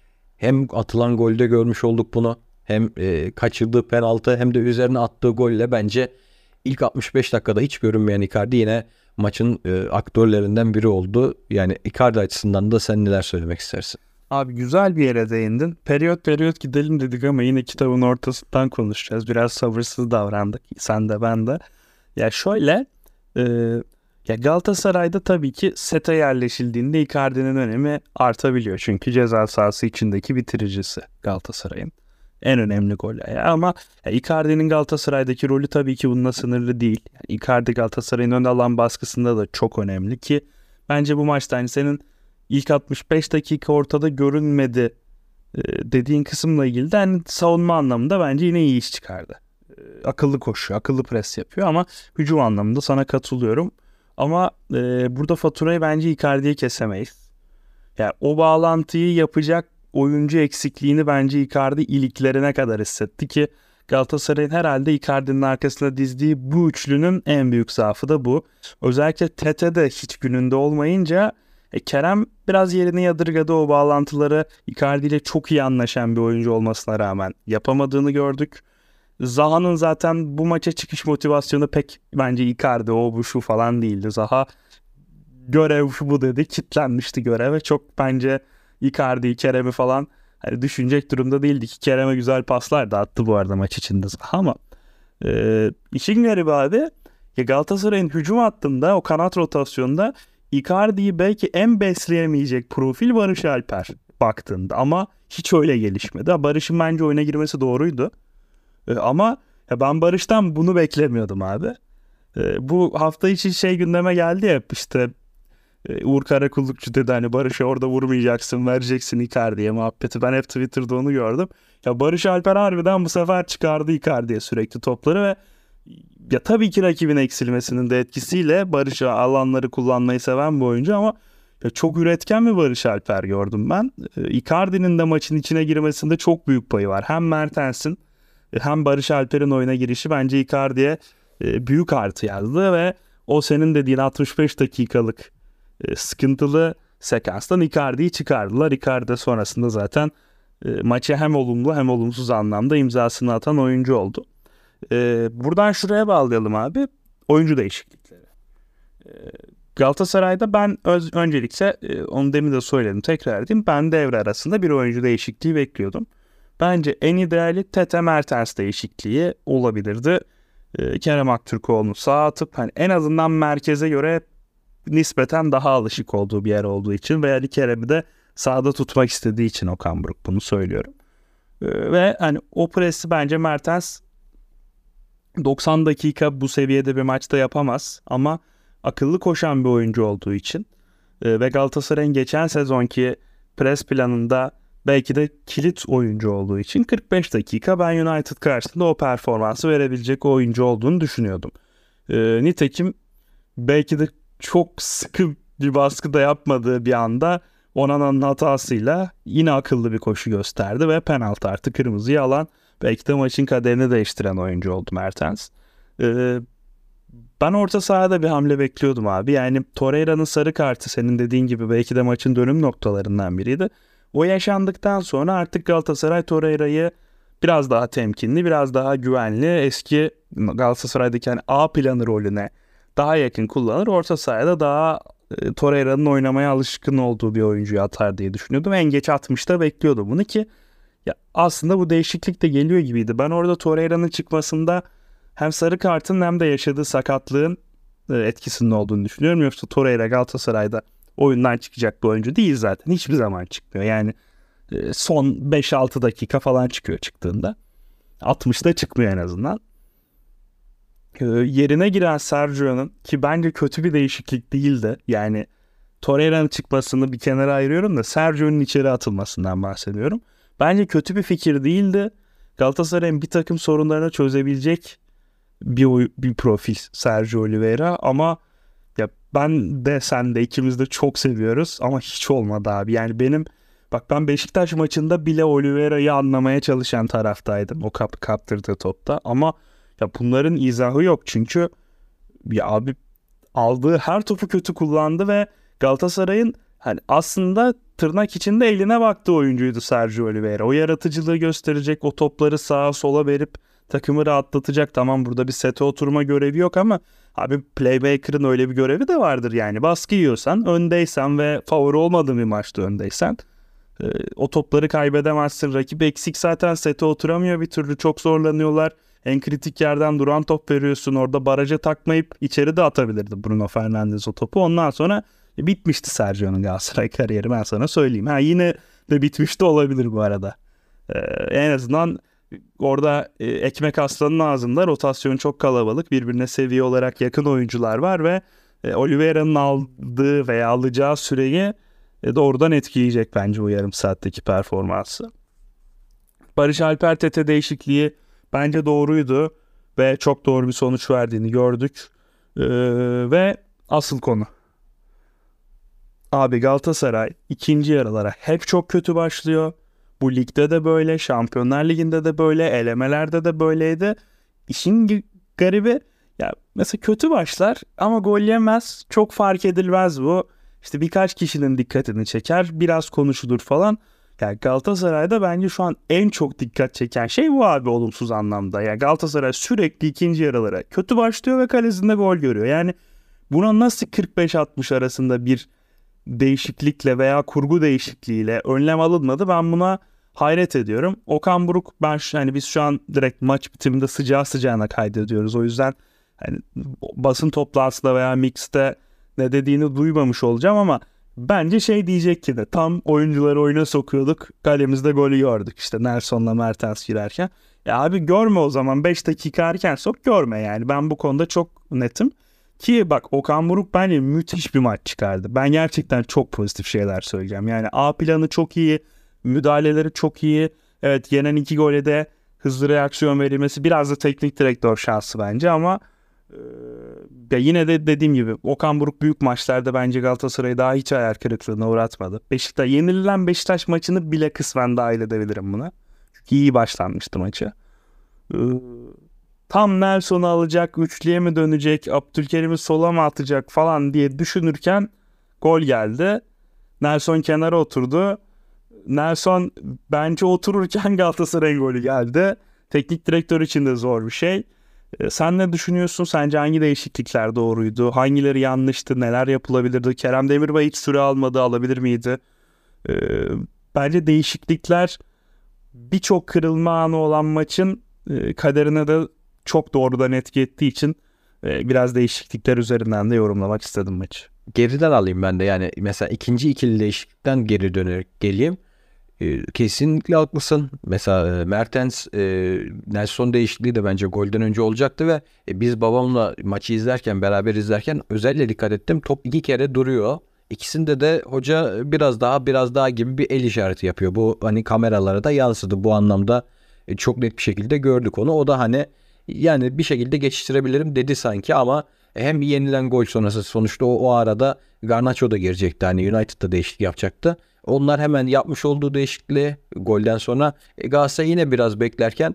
Hem atılan golde görmüş olduk bunu. Hem e, kaçırdığı penaltı hem de üzerine attığı golle bence ilk altmış beş dakikada hiç görünmeyen Icardi yine maçın e, aktörlerinden biri oldu. Yani Icardi açısından da sen neler söylemek istersin? Abi güzel bir yere değindin. Periyot periyot gidelim dedik ama yine kitabın ortasından konuşacağız. Biraz sabırsız davrandık. Sen de ben de. Ya şöyle, e, ya Galatasaray'da tabii ki sete yerleşildiğinde Icardi'nin önemi artabiliyor. Çünkü ceza sahası içindeki bitiricisi Galatasaray'ın. En önemli gol. Ya ama ya Icardi'nin Galatasaray'daki rolü tabii ki bununla sınırlı değil. Yani Icardi Galatasaray'ın ön alan baskısında da çok önemli ki bence bu maçta hani senin ilk altmış beş dakika ortada görünmedi e, dediğin kısımla ilgili de hani savunma anlamında bence yine iyi iş çıkardı. E, akıllı koşuyor, akıllı pres yapıyor ama hücum anlamında sana katılıyorum. Ama e, burada faturayı bence Icardi'ye kesemeyiz. Yani o bağlantıyı yapacak oyuncu eksikliğini bence Icardi iliklerine kadar hissetti ki Galatasaray'ın herhalde Icardi'nin arkasına dizdiği bu üçlünün en büyük zaafı da bu. Özellikle Tete de hiç gününde olmayınca e, Kerem biraz yerini yadırgadı, o bağlantıları Icardi ile çok iyi anlaşan bir oyuncu olmasına rağmen yapamadığını gördük. Zaha'nın zaten bu maça çıkış motivasyonu pek bence Icardi o bu şu falan değildi. Zaha görev şu bu dedi, kitlenmişti göreve. Çok bence Icardi, Kerem'i falan hani düşünecek durumda değildi ki Kerem'e güzel paslar da attı bu arada maç içinde Zaha ama e, işin garibi abi ya Galatasaray'ın hücum hattında o kanat rotasyonunda Icardi'yi belki en besleyemeyecek profil Barış Alper baktığında ama hiç öyle gelişmedi. Barış'ın bence oyuna girmesi doğruydu. E, ama ya ben Barış'tan bunu beklemiyordum abi. E, bu hafta içi şey gündeme geldi ya işte e, Uğur Karakullukçu dedi hani Barış'ı orada vurmayacaksın, vereceksin Icardi'ye muhabbeti. Ben hep Twitter'da onu gördüm. Ya Barış Alper harbiden bu sefer çıkardı Icardi'ye sürekli topları ve ya tabii ki rakibin eksilmesinin de etkisiyle Barış alanları kullanmayı seven bir oyuncu ama ya çok üretken bir Barış Alper gördüm ben. E, Icardi'nin de maçın içine girmesinde çok büyük payı var. Hem Mertens'in hem Barış Alper'in oyuna girişi bence Icardi'ye e, büyük artı yazdı ve o senin dediğin altmış beş dakikalık e, sıkıntılı sekanstan Icardi'yi çıkardılar. Icardi sonrasında zaten e, maça hem olumlu hem olumsuz anlamda imzasını atan oyuncu oldu. E, buradan şuraya bağlayalım abi. Oyuncu değişiklikleri. E, Galatasaray'da ben öz, öncelikle e, onu demin de söyledim tekrar edeyim. Ben devre arasında bir oyuncu değişikliği bekliyordum. Bence en ideali Tete Mertens değişikliği olabilirdi. E, Kerem Aktürkoğlu'nu sağa atıp hani en azından merkeze göre nispeten daha alışık olduğu bir yer olduğu için ve Ali Kerem'i de sağda tutmak istediği için Okan Buruk bunu söylüyorum. E, ve hani o presi bence Mertens doksan dakika bu seviyede bir maçta yapamaz ama akıllı koşan bir oyuncu olduğu için e, ve Galatasaray'ın geçen sezonki pres planında belki de kilit oyuncu olduğu için kırk beş dakika ben United karşısında o performansı verebilecek oyuncu olduğunu düşünüyordum. E, nitekim belki de çok sıkı bir baskı da yapmadığı bir anda Onana'nın hatasıyla yine akıllı bir koşu gösterdi ve penaltı artı kırmızıyı alan belki de maçın kaderini değiştiren oyuncu oldu Mertens. E, Ben orta sahada bir hamle bekliyordum abi. Yani Torreira'nın sarı kartı senin dediğin gibi belki de maçın dönüm noktalarından biriydi. O yaşandıktan sonra artık Galatasaray Torreira'yı biraz daha temkinli, biraz daha güvenli, eski Galatasaray'daki yani A planı rolüne daha yakın kullanır. Orta sahada daha e, Torreira'nın oynamaya alışkın olduğu bir oyuncuyu atar diye düşünüyordum. En geç altmışta bekliyordum bunu ki ya aslında bu değişiklik de geliyor gibiydi. Ben orada Torreira'nın çıkmasında hem sarı kartın hem de yaşadığı sakatlığın etkisinin olduğunu düşünüyorum. Yoksa Torreira Galatasaray'da oyundan çıkacak bir oyuncu değil zaten. Hiçbir zaman çıkmıyor. Yani son beş altı dakika falan çıkıyor çıktığında. altmışta çıkmıyor en azından. Yerine giren Sergio'nun ki bence kötü bir değişiklik değildi. Yani Torreira'nın çıkmasını bir kenara ayırıyorum da Sergio'nun içeri atılmasından bahsediyorum. Bence kötü bir fikir değildi. Galatasaray'ın bir takım sorunlarını çözebilecek bir oy, bir profil Sergio Oliveira ama ya ben de sen de ikimiz de çok seviyoruz ama hiç olmadı abi. Yani benim bak ben Beşiktaş maçında bile Oliveira'yı anlamaya çalışan taraftaydım o kap, kaptırdığı topta ama ya bunların izahı yok çünkü ya abi aldığı her topu kötü kullandı ve Galatasaray'ın hani aslında tırnak içinde eline baktığı oyuncuydu Sergio Oliveira. O yaratıcılığı gösterecek, o topları sağa sola verip takımı rahatlatacak. Tamam burada bir sete oturma görevi yok ama abi playmaker'ın öyle bir görevi de vardır yani. Baskı yiyorsan, öndeysen ve favori olmadığın bir maçta öndeysen e, o topları kaybedemezsin. Rakip eksik zaten sete oturamıyor bir türlü çok zorlanıyorlar. en kritik yerden duran top veriyorsun. Orada baraja takmayıp içeri de atabilirdi Bruno Fernandes o topu. Ondan sonra e, bitmişti Sergio'nun Galatasaray kariyeri, ben sana söyleyeyim. Ha, yine de bitmiş de olabilir bu arada. Ee, en azından orada e, ekmek aslanın ağzında, rotasyon çok kalabalık. Birbirine seviye olarak yakın oyuncular var ve e, Oliveira'nın aldığı veya alacağı süreyi e, doğrudan etkileyecek bence bu yarım saatteki performansı. Barış Alper Tete değişikliği bence doğruydu ve çok doğru bir sonuç verdiğini gördük. Ee, ve asıl konu. Abi Galatasaray ikinci yarılara hep çok kötü başlıyor. Bu ligde de böyle, Şampiyonlar Ligi'nde de böyle, elemelerde de böyleydi. İşin garibi ya, mesela kötü başlar ama gol yemez. Çok fark edilmez bu. İşte birkaç kişinin dikkatini çeker, biraz konuşulur falan. Yani Galatasaray'da bence şu an en çok dikkat çeken şey bu abi, olumsuz anlamda. Yani Galatasaray sürekli ikinci yarılara kötü başlıyor ve kalesinde gol görüyor. Yani buna nasıl kırk beş altmış arasında bir değişiklikle veya kurgu değişikliğiyle önlem alınmadı, ben buna hayret ediyorum. Okan Buruk, ben şu, hani biz şu an direkt maç bitiminde sıcağı sıcağına kaydediyoruz. O yüzden hani basın toplantısında veya mixte ne dediğini duymamış olacağım ama bence şey diyecek ki de, tam oyuncuları oyuna sokuyorduk, kalemizde golü gördük işte Nelson'la Mertens girerken. Ya abi görme o zaman, beş dakika erken sok, görme yani. Ben bu konuda çok netim. Ki bak, Okan Buruk bence müthiş bir maç çıkardı. Ben gerçekten çok pozitif şeyler söyleyeceğim. Yani A planı çok iyi, müdahaleleri çok iyi. Evet, yenen iki gole de hızlı reaksiyon verilmesi biraz da teknik direktör şansı bence ama e, ya yine de dediğim gibi Okan Buruk büyük maçlarda bence Galatasaray'ı daha hiç hayal kırıklığına uğratmadı. Beşiktaş, yenilen Beşiktaş maçını bile kısmen dahil edebilirim buna. Çünkü iyi başlanmıştı maçı. Ee, tam Nelson'u alacak, üçlüye mi dönecek, Abdülkerim'i sola mı atacak falan diye düşünürken gol geldi. Nelson kenara oturdu. Nelson bence otururken Galatasaray'ın golü geldi. Teknik direktör için de zor bir şey. Ee, sen ne düşünüyorsun? Sence hangi değişiklikler doğruydu? Hangileri yanlıştı? Neler yapılabilirdi? Kerem Demirbay hiç süre almadı. Alabilir miydi? Ee, bence değişiklikler birçok kırılma anı olan maçın e, kaderine de çok doğrudan etki ettiği için e, biraz değişiklikler üzerinden de yorumlamak istedim maçı. Geriden alayım ben de, yani mesela ikinci ikili değişiklikten geri dönerek geleyim. Ee, kesinlikle haklısın. Mesela e, Mertens e, Nelson değişikliği de bence golden önce olacaktı ve e, biz babamla maçı izlerken, beraber izlerken özellikle dikkat ettim. Top iki kere duruyor. İkisinde de hoca biraz daha biraz daha gibi bir el işareti yapıyor. Bu hani kameralara da yansıdı. Bu anlamda e, çok net bir şekilde gördük onu. O da hani yani bir şekilde geçiştirebilirim dedi sanki ama hem yenilen gol sonrası sonuçta o, o arada Garnacho da girecekti. Hani United'da değişiklik yapacaktı. Onlar hemen yapmış olduğu değişikliği golden sonra e, Galatasaray yine biraz beklerken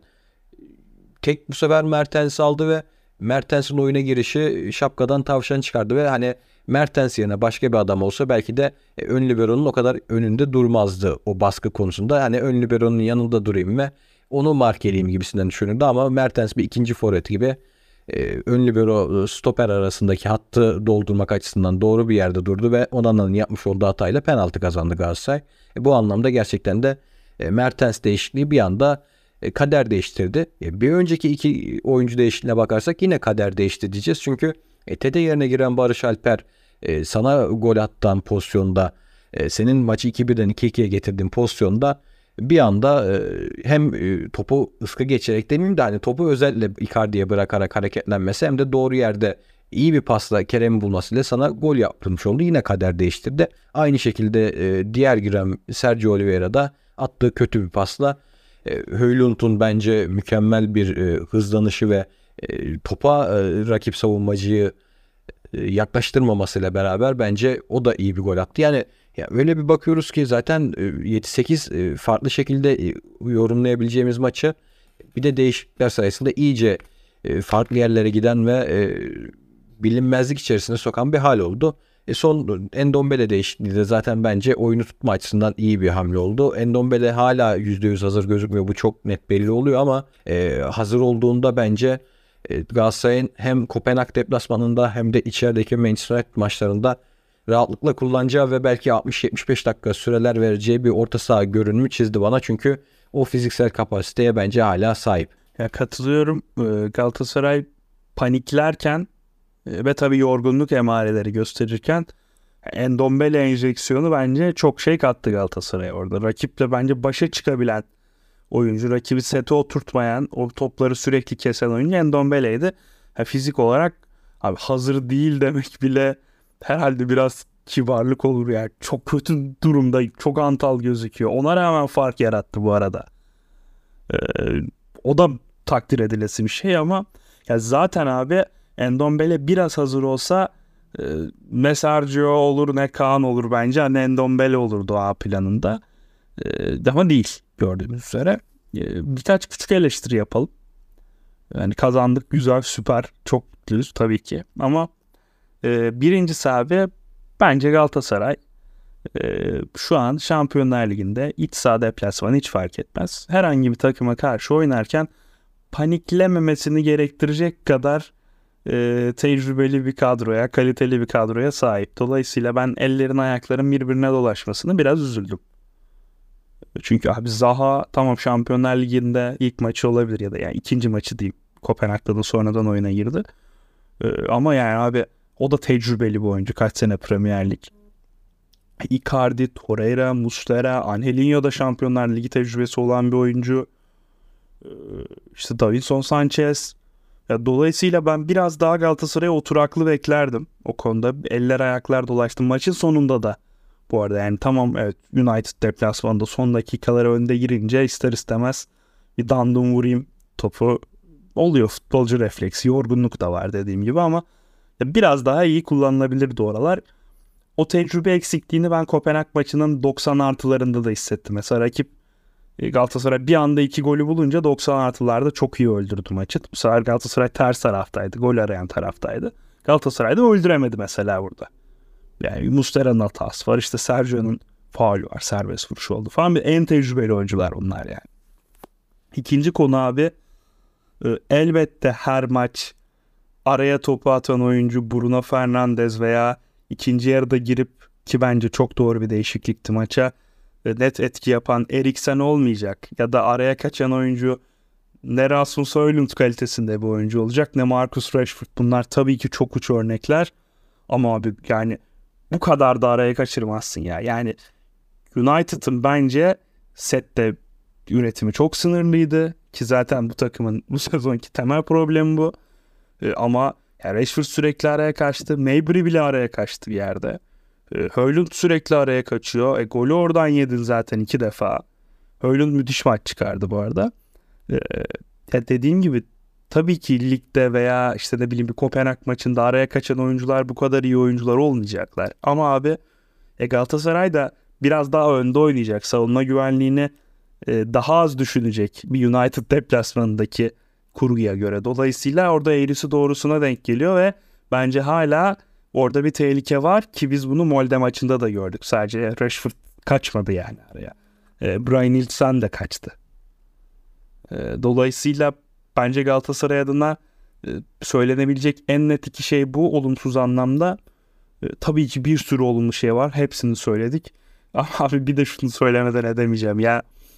tek bu sefer Mertens aldı ve Mertens'in oyuna girişi şapkadan tavşan çıkardı ve hani Mertens yerine başka bir adam olsa belki de e, ön libero'nun o kadar önünde durmazdı o baskı konusunda. Hani ön libero'nun yanında durayım ve onu markeleyeyim gibisinden düşünürdü ama Mertens bir ikinci forvet gibi e, ön libero stoper arasındaki hattı doldurmak açısından doğru bir yerde durdu ve Onana'nın yapmış olduğu hatayla penaltı kazandı Galatasaray. E, bu anlamda gerçekten de e, Mertens değişikliği bir anda e, kader değiştirdi. E, bir önceki iki oyuncu değişikliğine bakarsak yine kader değişti diyeceğiz. Çünkü e, Tete yerine giren Barış Alper e, sana gol attan pozisyonda, e, senin maçı iki birden iki ikiye getirdiğin pozisyonda bir anda e, hem e, topu ıska geçerek demeyeyim de hani topu özellikle Icardi'ye bırakarak hareketlenmesi hem de doğru yerde iyi bir pasla Kerem'i bulmasıyla sana gol yaptırmış oldu. Yine kader değiştirdi. Aynı şekilde e, diğer giren Sergio Oliveira da attığı kötü bir pasla e, Højlund'un bence mükemmel bir e, hızlanışı ve e, topa e, rakip savunmacıyı e, yaklaştırmamasıyla beraber bence o da iyi bir gol attı. Yani ya öyle bir bakıyoruz ki zaten yedi sekiz farklı şekilde yorumlayabileceğimiz maçı bir de değişiklikler sayesinde iyice farklı yerlere giden ve bilinmezlik içerisine sokan bir hal oldu. E son Endombele değişikliği de zaten bence oyunu tutma açısından iyi bir hamle oldu. Endombele hala yüzde yüz hazır gözükmüyor. Bu çok net belli oluyor ama e, hazır olduğunda bence e, Galatasaray'ın hem Kopenhag deplasmanında hem de içerideki Manchester United maçlarında rahatlıkla kullanacağı ve belki altmış yetmiş beş dakika süreler vereceği bir orta saha görünümü çizdi bana. Çünkü o fiziksel kapasiteye bence hala sahip. Ya katılıyorum. Ee, Galatasaray paniklerken e, ve tabii yorgunluk emareleri gösterirken Endombele enjeksiyonu bence çok şey kattı Galatasaray'a orada. Rakiple bence başa çıkabilen oyuncu, rakibi sete oturtmayan, o topları sürekli kesen oyuncu Endombele'ydi. Ha, fizik olarak abi hazır değil demek bile herhalde biraz kibarlık olur yani. Çok kötü durumda, çok antal gözüküyor. Ona rağmen fark yarattı bu arada. Ee, O da takdir edilesi bir şey ama ya zaten abi Endombele biraz hazır olsa e, ne Sergio olur ne Kaan olur bence. Ne Endombele olurdu A planında. E, ama değil gördüğünüz üzere. E, birkaç küçük eleştiri yapalım. Yani kazandık, güzel, süper, çok mutluyuz tabii ki. Ama e, birincisi abi bence Galatasaray e, şu an Şampiyonlar Ligi'nde iç saha deplasmanı hiç fark etmez. Herhangi bir takıma karşı oynarken paniklememesini gerektirecek kadar e, tecrübeli bir kadroya, kaliteli bir kadroya sahip. Dolayısıyla ben ellerin ayakların birbirine dolaşmasını biraz üzüldüm. Çünkü abi Zaha tamam Şampiyonlar Ligi'nde ilk maçı olabilir ya da yani ikinci maçı diyeyim. Kopenhag'da da sonradan oyuna girdi. E, ama yani abi o da tecrübeli bir oyuncu. Kaç sene Premier Lig. Icardi, Torreira, Muslera, Angelinho da Şampiyonlar Ligi tecrübesi olan bir oyuncu. E, işte Davinson Sanchez. Ya dolayısıyla ben biraz daha Galatasaray'a oturaklı beklerdim o konuda. Eller ayaklar dolaştı maçın sonunda da. Bu arada yani tamam evet United deplasmanında son dakikalara önde girince ister istemez bir dandum vurayım topu oluyor. Futbolcu refleksi, yorgunluk da var dediğim gibi ama biraz daha iyi kullanılabilirdi oralar. O tecrübe eksikliğini ben Kopenhag maçının doksan artılarında da hissettim. Mesela rakip Galatasaray bir anda iki golü bulunca doksan artılarda çok iyi öldürdü maçı. Bu sefer Galatasaray ters taraftaydı. Gol arayan taraftaydı. Galatasaray da öldüremedi mesela burada. Yani Muslera'nın hatası var. İşte Sergio'nun faulü var. Serbest vuruşu oldu falan. En tecrübeli oyuncular onlar yani. İkinci konu abi elbette her maç araya topu atan oyuncu Bruno Fernandes veya ikinci yarıda girip ki bence çok doğru bir değişiklikti maça net etki yapan Eriksen olmayacak ya da araya kaçan oyuncu ne Rasmus Højlund kalitesinde bir oyuncu olacak ne Marcus Rashford. Bunlar tabii ki çok uç örnekler ama abi yani bu kadar da araya kaçırmazsın ya. Yani United'ın bence sette üretimi çok sınırlıydı ki zaten bu takımın bu sezonki temel problemi bu. Ee, ama yani Rashford sürekli araya kaçtı. Mabry bile araya kaçtı bir yerde. Ee, Højlund sürekli araya kaçıyor. E, golü oradan yedin zaten iki defa. Højlund müthiş maç çıkardı bu arada. Ee, ya dediğim gibi tabii ki ligde veya işte ne bileyim bir Kopenhag maçında araya kaçan oyuncular bu kadar iyi oyuncular olmayacaklar. Ama abi e, Galatasaray da biraz daha önde oynayacak. Savunma güvenliğini e, daha az düşünecek bir United deplasmanındaki kurguya göre. Dolayısıyla orada eğrisi doğrusuna denk geliyor ve bence hala orada bir tehlike var ki biz bunu Molde maçında da gördük. Sadece Rashford kaçmadı yani araya. E, Brian Ilsen de kaçtı. E, dolayısıyla bence Galatasaray adına e, söylenebilecek en net iki şey bu olumsuz anlamda. E, tabii ki bir sürü olumlu şey var. Hepsini söyledik. Ama abi bir de şunu söylemeden edemeyeceğim. Ya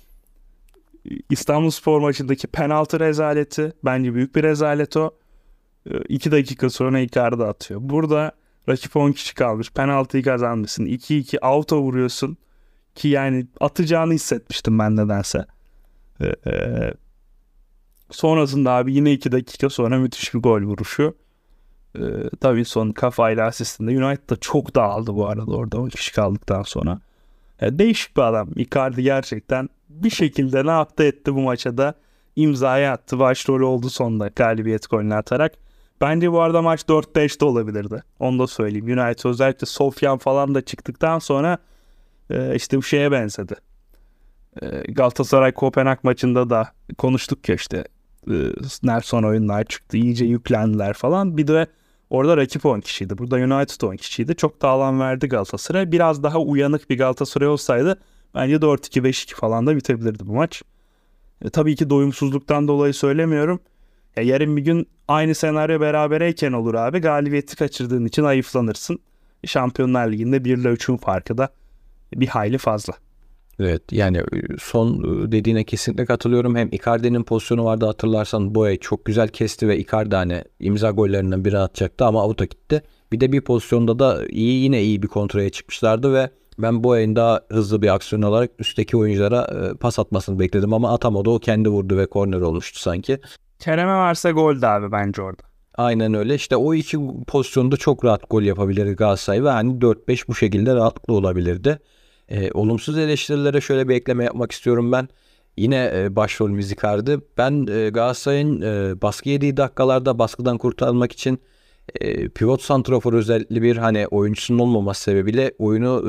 İstanbulspor maçındaki penaltı rezaleti bence büyük bir rezalet o. iki dakika sonra Icardi atıyor. Burada rakip on kişi kalmış. Penaltıyı kazanmışsın. iki iki out'a vuruyorsun. Ki yani atacağını hissetmiştim ben nedense. Ee, e, sonrasında abi yine iki dakika sonra müthiş bir gol vuruşu. Ee, tabii son kafayla asistinde. United da çok dağıldı bu arada orada on kişi kaldıktan sonra. Yani değişik bir adam. Icardi gerçekten bir şekilde ne yaptı etti bu maça da imzayı attı. Başrol oldu sonunda galibiyet golünü atarak. Bence bu arada maç dört beş de olabilirdi. Onu da söyleyeyim. United özellikle Sofyan falan da çıktıktan sonra e, işte bu şeye benzedi. E, Galatasaray Kopenhag maçında da konuştuk ya işte e, Nelson oyunlar çıktı. İyice yüklendiler falan. Bir de orada rakip on kişiydi. Burada United on kişiydi. Çok da alan verdi Galatasaray. Biraz daha uyanık bir Galatasaray olsaydı bence dört iki beş iki falan da bitebilirdi bu maç. E, tabii ki doyumsuzluktan dolayı söylemiyorum. Ya yarın bir gün aynı senaryo berabereyken olur abi. Galibiyeti kaçırdığın için ayıflanırsın. Şampiyonlar Ligi'nde bir ile üçün farkı da bir hayli fazla. Evet, yani son dediğine kesinlikle katılıyorum. Hem Icardi'nin pozisyonu vardı, hatırlarsan Boya çok güzel kesti ve Icardi hani imza gollerinden biri atacaktı ama avuta gitti. Bir de bir pozisyonda da iyi yine iyi bir kontraya çıkmışlardı ve ben Boya'nın daha hızlı bir aksiyon alarak üstteki oyunculara pas atmasını bekledim ama atamadı. O kendi vurdu ve korner olmuştu sanki. Kerem'e varsa goldü abi bence orada. Aynen öyle. İşte o iki pozisyonda çok rahat gol yapabilirdi Galatasaray ve hani dört beş bu şekilde rahatlıkla olabilirdi. E, olumsuz eleştirilere şöyle bir ekleme yapmak istiyorum ben. Yine e, başrolümüz Icardi. Ben e, Galatasaray'ın e, baskı yediği dakikalarda baskıdan kurtarmak için e, pivot santrafor özellikle bir hani oyuncusunun olmaması sebebiyle oyunu e,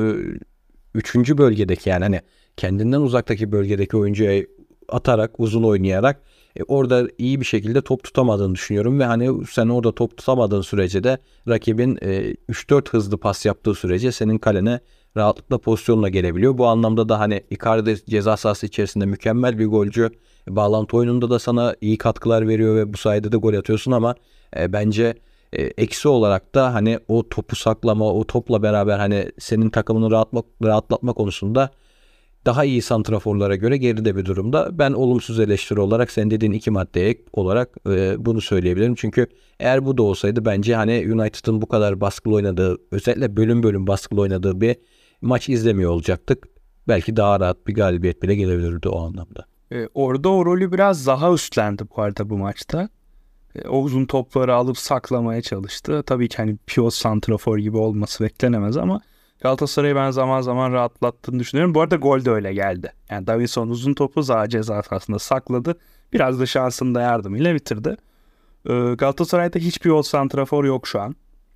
üçüncü bölgedeki yani hani kendinden uzaktaki bölgedeki oyuncuya atarak uzun oynayarak e, orada iyi bir şekilde top tutamadığını düşünüyorum ve hani sen orada top tutamadığın sürece de rakibin e, üç dört hızlı pas yaptığı sürece senin kalene rahatlıkla pozisyonla gelebiliyor. Bu anlamda da hani Icardi ceza sahası içerisinde mükemmel bir golcü. Bağlantı oyununda da sana iyi katkılar veriyor ve bu sayede de gol atıyorsun ama e, bence e, eksi olarak da hani o topu saklama, o topla beraber hani senin takımını rahatlatma, rahatlatma konusunda daha iyi santraforlara göre geride bir durumda. Ben olumsuz eleştiri olarak senin dediğin iki maddeye ek olarak e, bunu söyleyebilirim. Çünkü eğer bu da olsaydı bence hani United'ın bu kadar baskılı oynadığı, özellikle bölüm bölüm baskılı oynadığı bir maç izlemiyor olacaktık. Belki daha rahat bir galibiyet bile gelebilirdi o anlamda. Ee, orada o rolü biraz Zaha üstlendi bu arada bu maçta. Ee, o uzun topları alıp saklamaya çalıştı. Tabii ki hani pivot santrafor gibi olması beklenemez ama Galatasaray'ı ben zaman zaman rahatlattığını düşünüyorum. Bu arada gol de öyle geldi. Yani Davinson uzun topu Zaha ceza sahasında sakladı. Biraz da şansının da yardımıyla bitirdi. Ee, Galatasaray'da hiç pivot santrafor yok şu an.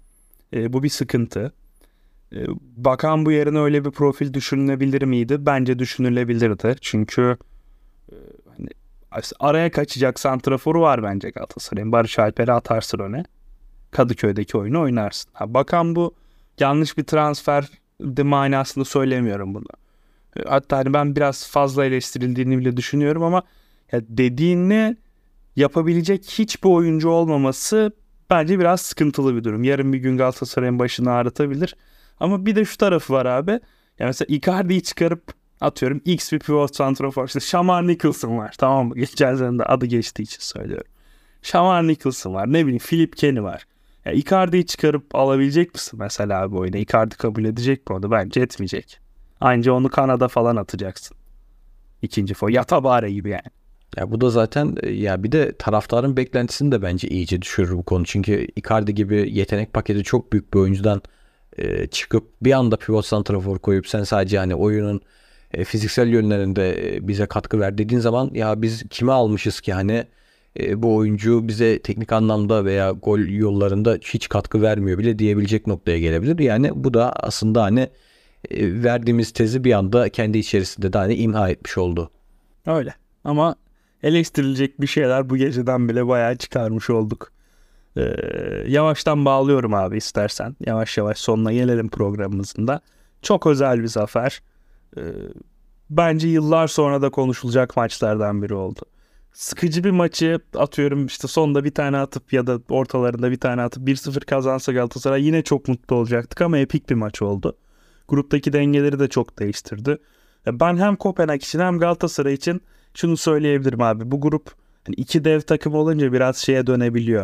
Ee, bu bir sıkıntı. Ee, Bakan bu yerine öyle bir profil düşünülebilir miydi? Bence düşünülebilirdi. Çünkü e, hani araya kaçacak santraforu var bence Galatasaray'ın. Barış Alper'i atarsın öne. Kadıköy'deki oyunu oynarsın. Ha, bakan bu yanlış bir transfer de manasında söylemiyorum bunu. E, Hatta hani ben biraz fazla eleştirildiğini bile düşünüyorum ama ya dediğini yapabilecek hiçbir oyuncu olmaması bence biraz sıkıntılı bir durum. Yarın bir gün Galatasaray'ın başını ağrıtabilir. Ama bir de şu tarafı var abi. Ya mesela Icardi'yi çıkarıp atıyorum X bir pivot santrafor. İşte Shamar Nicholson var, tamam mı? Geçen sene de adı geçtiği için söylüyorum. Shamar Nicholson var. Ne bileyim Philip Kenny var. Ya Icardi'yi çıkarıp alabilecek misin mesela abi oyuna? Icardi kabul edecek mi onu? Bence etmeyecek. Anca onu Kanada falan atacaksın. İkinci for. Yatabare gibi yani. Ya bu da zaten ya bir de taraftarın beklentisini de bence iyice düşürür bu konu. Çünkü Icardi gibi yetenek paketi çok büyük bir oyuncudan e, çıkıp bir anda pivot santrafor koyup sen sadece hani oyunun e, fiziksel yönlerinde e, bize katkı ver dediğin zaman ya biz kime almışız ki hani e, bu oyuncu bize teknik anlamda veya gol yollarında hiç katkı vermiyor bile diyebilecek noktaya gelebilir. Yani bu da aslında hani e, verdiğimiz tezi bir anda kendi içerisinde de hani imha etmiş oldu. Öyle. Ama eleştirilecek bir şeyler bu geceden bile bayağı çıkarmış olduk. Ee, yavaştan bağlıyorum abi istersen. Yavaş yavaş sonuna gelelim programımızın da. Çok özel bir zafer. Ee, bence yıllar sonra da konuşulacak maçlardan biri oldu. Sıkıcı bir maçı atıyorum işte sonda bir tane atıp ya da ortalarında bir tane atıp bir sıfır kazansa Galatasaray yine çok mutlu olacaktık ama epik bir maç oldu. Gruptaki dengeleri de çok değiştirdi. Ben hem Kopenhag için hem Galatasaray için şunu söyleyebilirim abi. Bu grup hani iki dev takım olunca biraz şeye dönebiliyor.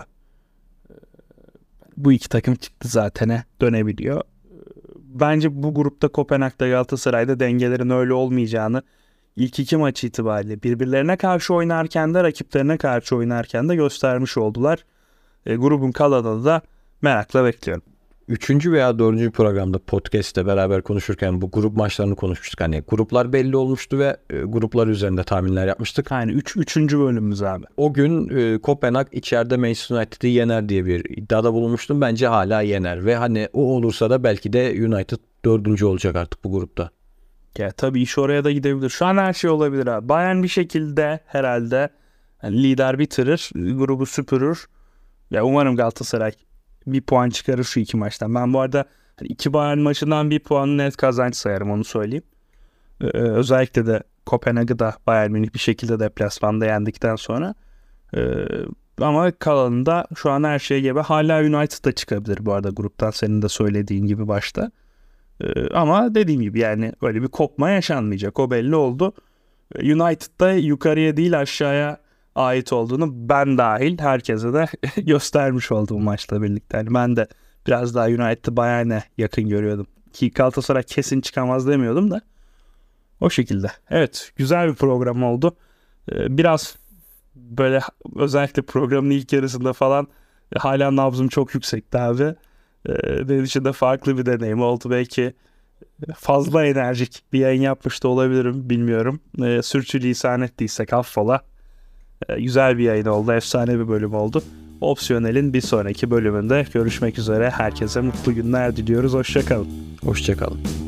Bu iki takım çıktı zaten dönebiliyor. Bence bu grupta Kopenhag'da Galatasaray'da dengelerin öyle olmayacağını ilk iki maç itibariyle birbirlerine karşı oynarken de rakiplerine karşı oynarken de göstermiş oldular. E, grubun kalanını da merakla bekliyorum. Üçüncü veya dördüncü programda podcast'te beraber konuşurken bu grup maçlarını konuşmuştuk. Hani gruplar belli olmuştu ve e, gruplar üzerinde tahminler yapmıştık. Yani üç, üçüncü bölümümüz abi. O gün e, Kopenhag içeride Manchester United'ı yener diye bir iddiada bulunmuştum. Bence hala yener ve hani o olursa da belki de United dördüncü olacak artık bu grupta. Ya tabii iş oraya da gidebilir. Şu an her şey olabilir abi. Bayern bir şekilde herhalde yani lider bitirir, grubu süpürür. Ya umarım Galatasaray bir puan çıkarır şu iki maçtan. Ben bu arada hani iki Bayern maçından bir puanı net kazanç sayarım, onu söyleyeyim. Ee, özellikle de Kopenhag'ı da Bayern Münih bir şekilde deplasmanda yendikten sonra. Ee, ama kalanında şu an her şey gibi. Hala United da çıkabilir bu arada gruptan, senin de söylediğin gibi başta. Ee, ama dediğim gibi yani öyle bir kopma yaşanmayacak. O belli oldu. United'da yukarıya değil aşağıya ait olduğunu ben dahil herkese de göstermiş oldum maçla birlikte. Yani ben de biraz daha United'ı Bayern'e yakın görüyordum. Ki Galatasaray kesin çıkamaz demiyordum da. O şekilde. Evet, güzel bir program oldu. Ee, biraz böyle özellikle programın ilk yarısında falan hala nabzım çok yüksekti abi. Ee, benim için de farklı bir deneyim oldu. Belki fazla enerjik bir yayın yapmış da olabilirim, bilmiyorum. Ee, sürçülisan ettiysek affola. Ee, güzel bir yayın oldu. Efsane bir bölüm oldu. Opsiyonel'in bir sonraki bölümünde görüşmek üzere. Herkese mutlu günler diliyoruz. Hoşça kalın. Hoşça kalın.